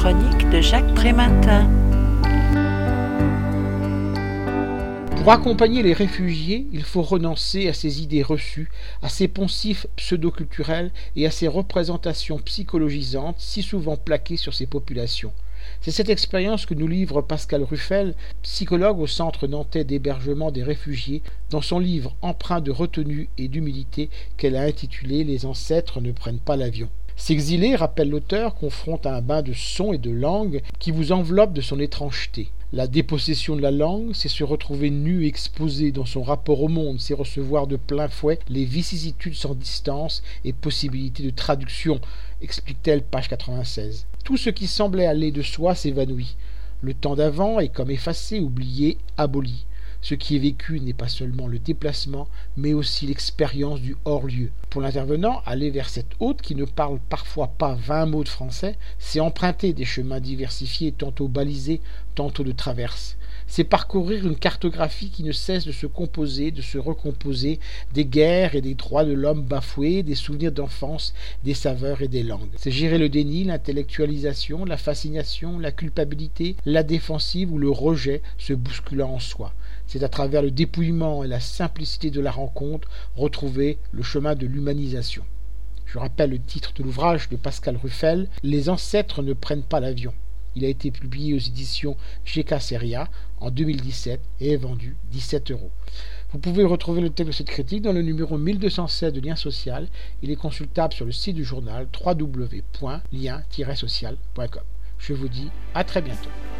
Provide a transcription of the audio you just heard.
chronique de Jacques Prématin. Pour accompagner les réfugiés, il faut renoncer à ces idées reçues, à ces poncifs pseudo-culturels et à ces représentations psychologisantes si souvent plaquées sur ces populations. C'est cette expérience que nous livre Pascale Ruffel, psychologue au Centre nantais d'hébergement des réfugiés, dans son livre empreint de retenue et d'humilité qu'elle a intitulé « Les ancêtres ne prennent pas l'avion ». S'exiler, rappelle l'auteur, confronte à un bain de son et de langue qui vous enveloppe de son étrangeté. La dépossession de la langue, c'est se retrouver nu et exposé dans son rapport au monde, c'est recevoir de plein fouet les vicissitudes sans distance et possibilité de traduction, explique-t-elle, page 96. Tout ce qui semblait aller de soi s'évanouit. Le temps d'avant est comme effacé, oublié, aboli. Ce qui est vécu n'est pas seulement le déplacement, mais aussi l'expérience du hors-lieu. Pour l'intervenant, aller vers cette hôte qui ne parle parfois pas 20 mots de français, c'est emprunter des chemins diversifiés, tantôt balisés, tantôt de traverse. C'est parcourir une cartographie qui ne cesse de se composer, de se recomposer, des guerres et des droits de l'homme bafoués, des souvenirs d'enfance, des saveurs et des langues. C'est gérer le déni, l'intellectualisation, la fascination, la culpabilité, la défensive ou le rejet se bousculant en soi. C'est à travers le dépouillement et la simplicité de la rencontre retrouver le chemin de l'humanisation. Je rappelle le titre de l'ouvrage de Pascale Ruffel, « Les ancêtres ne prennent pas l'avion ». Il a été publié aux éditions GK Seria en 2017 et est vendu 17 €. Vous pouvez retrouver le texte de cette critique dans le numéro 1216 de Lien Social. Il est consultable sur le site du journal www.lien-social.com. Je vous dis à très bientôt.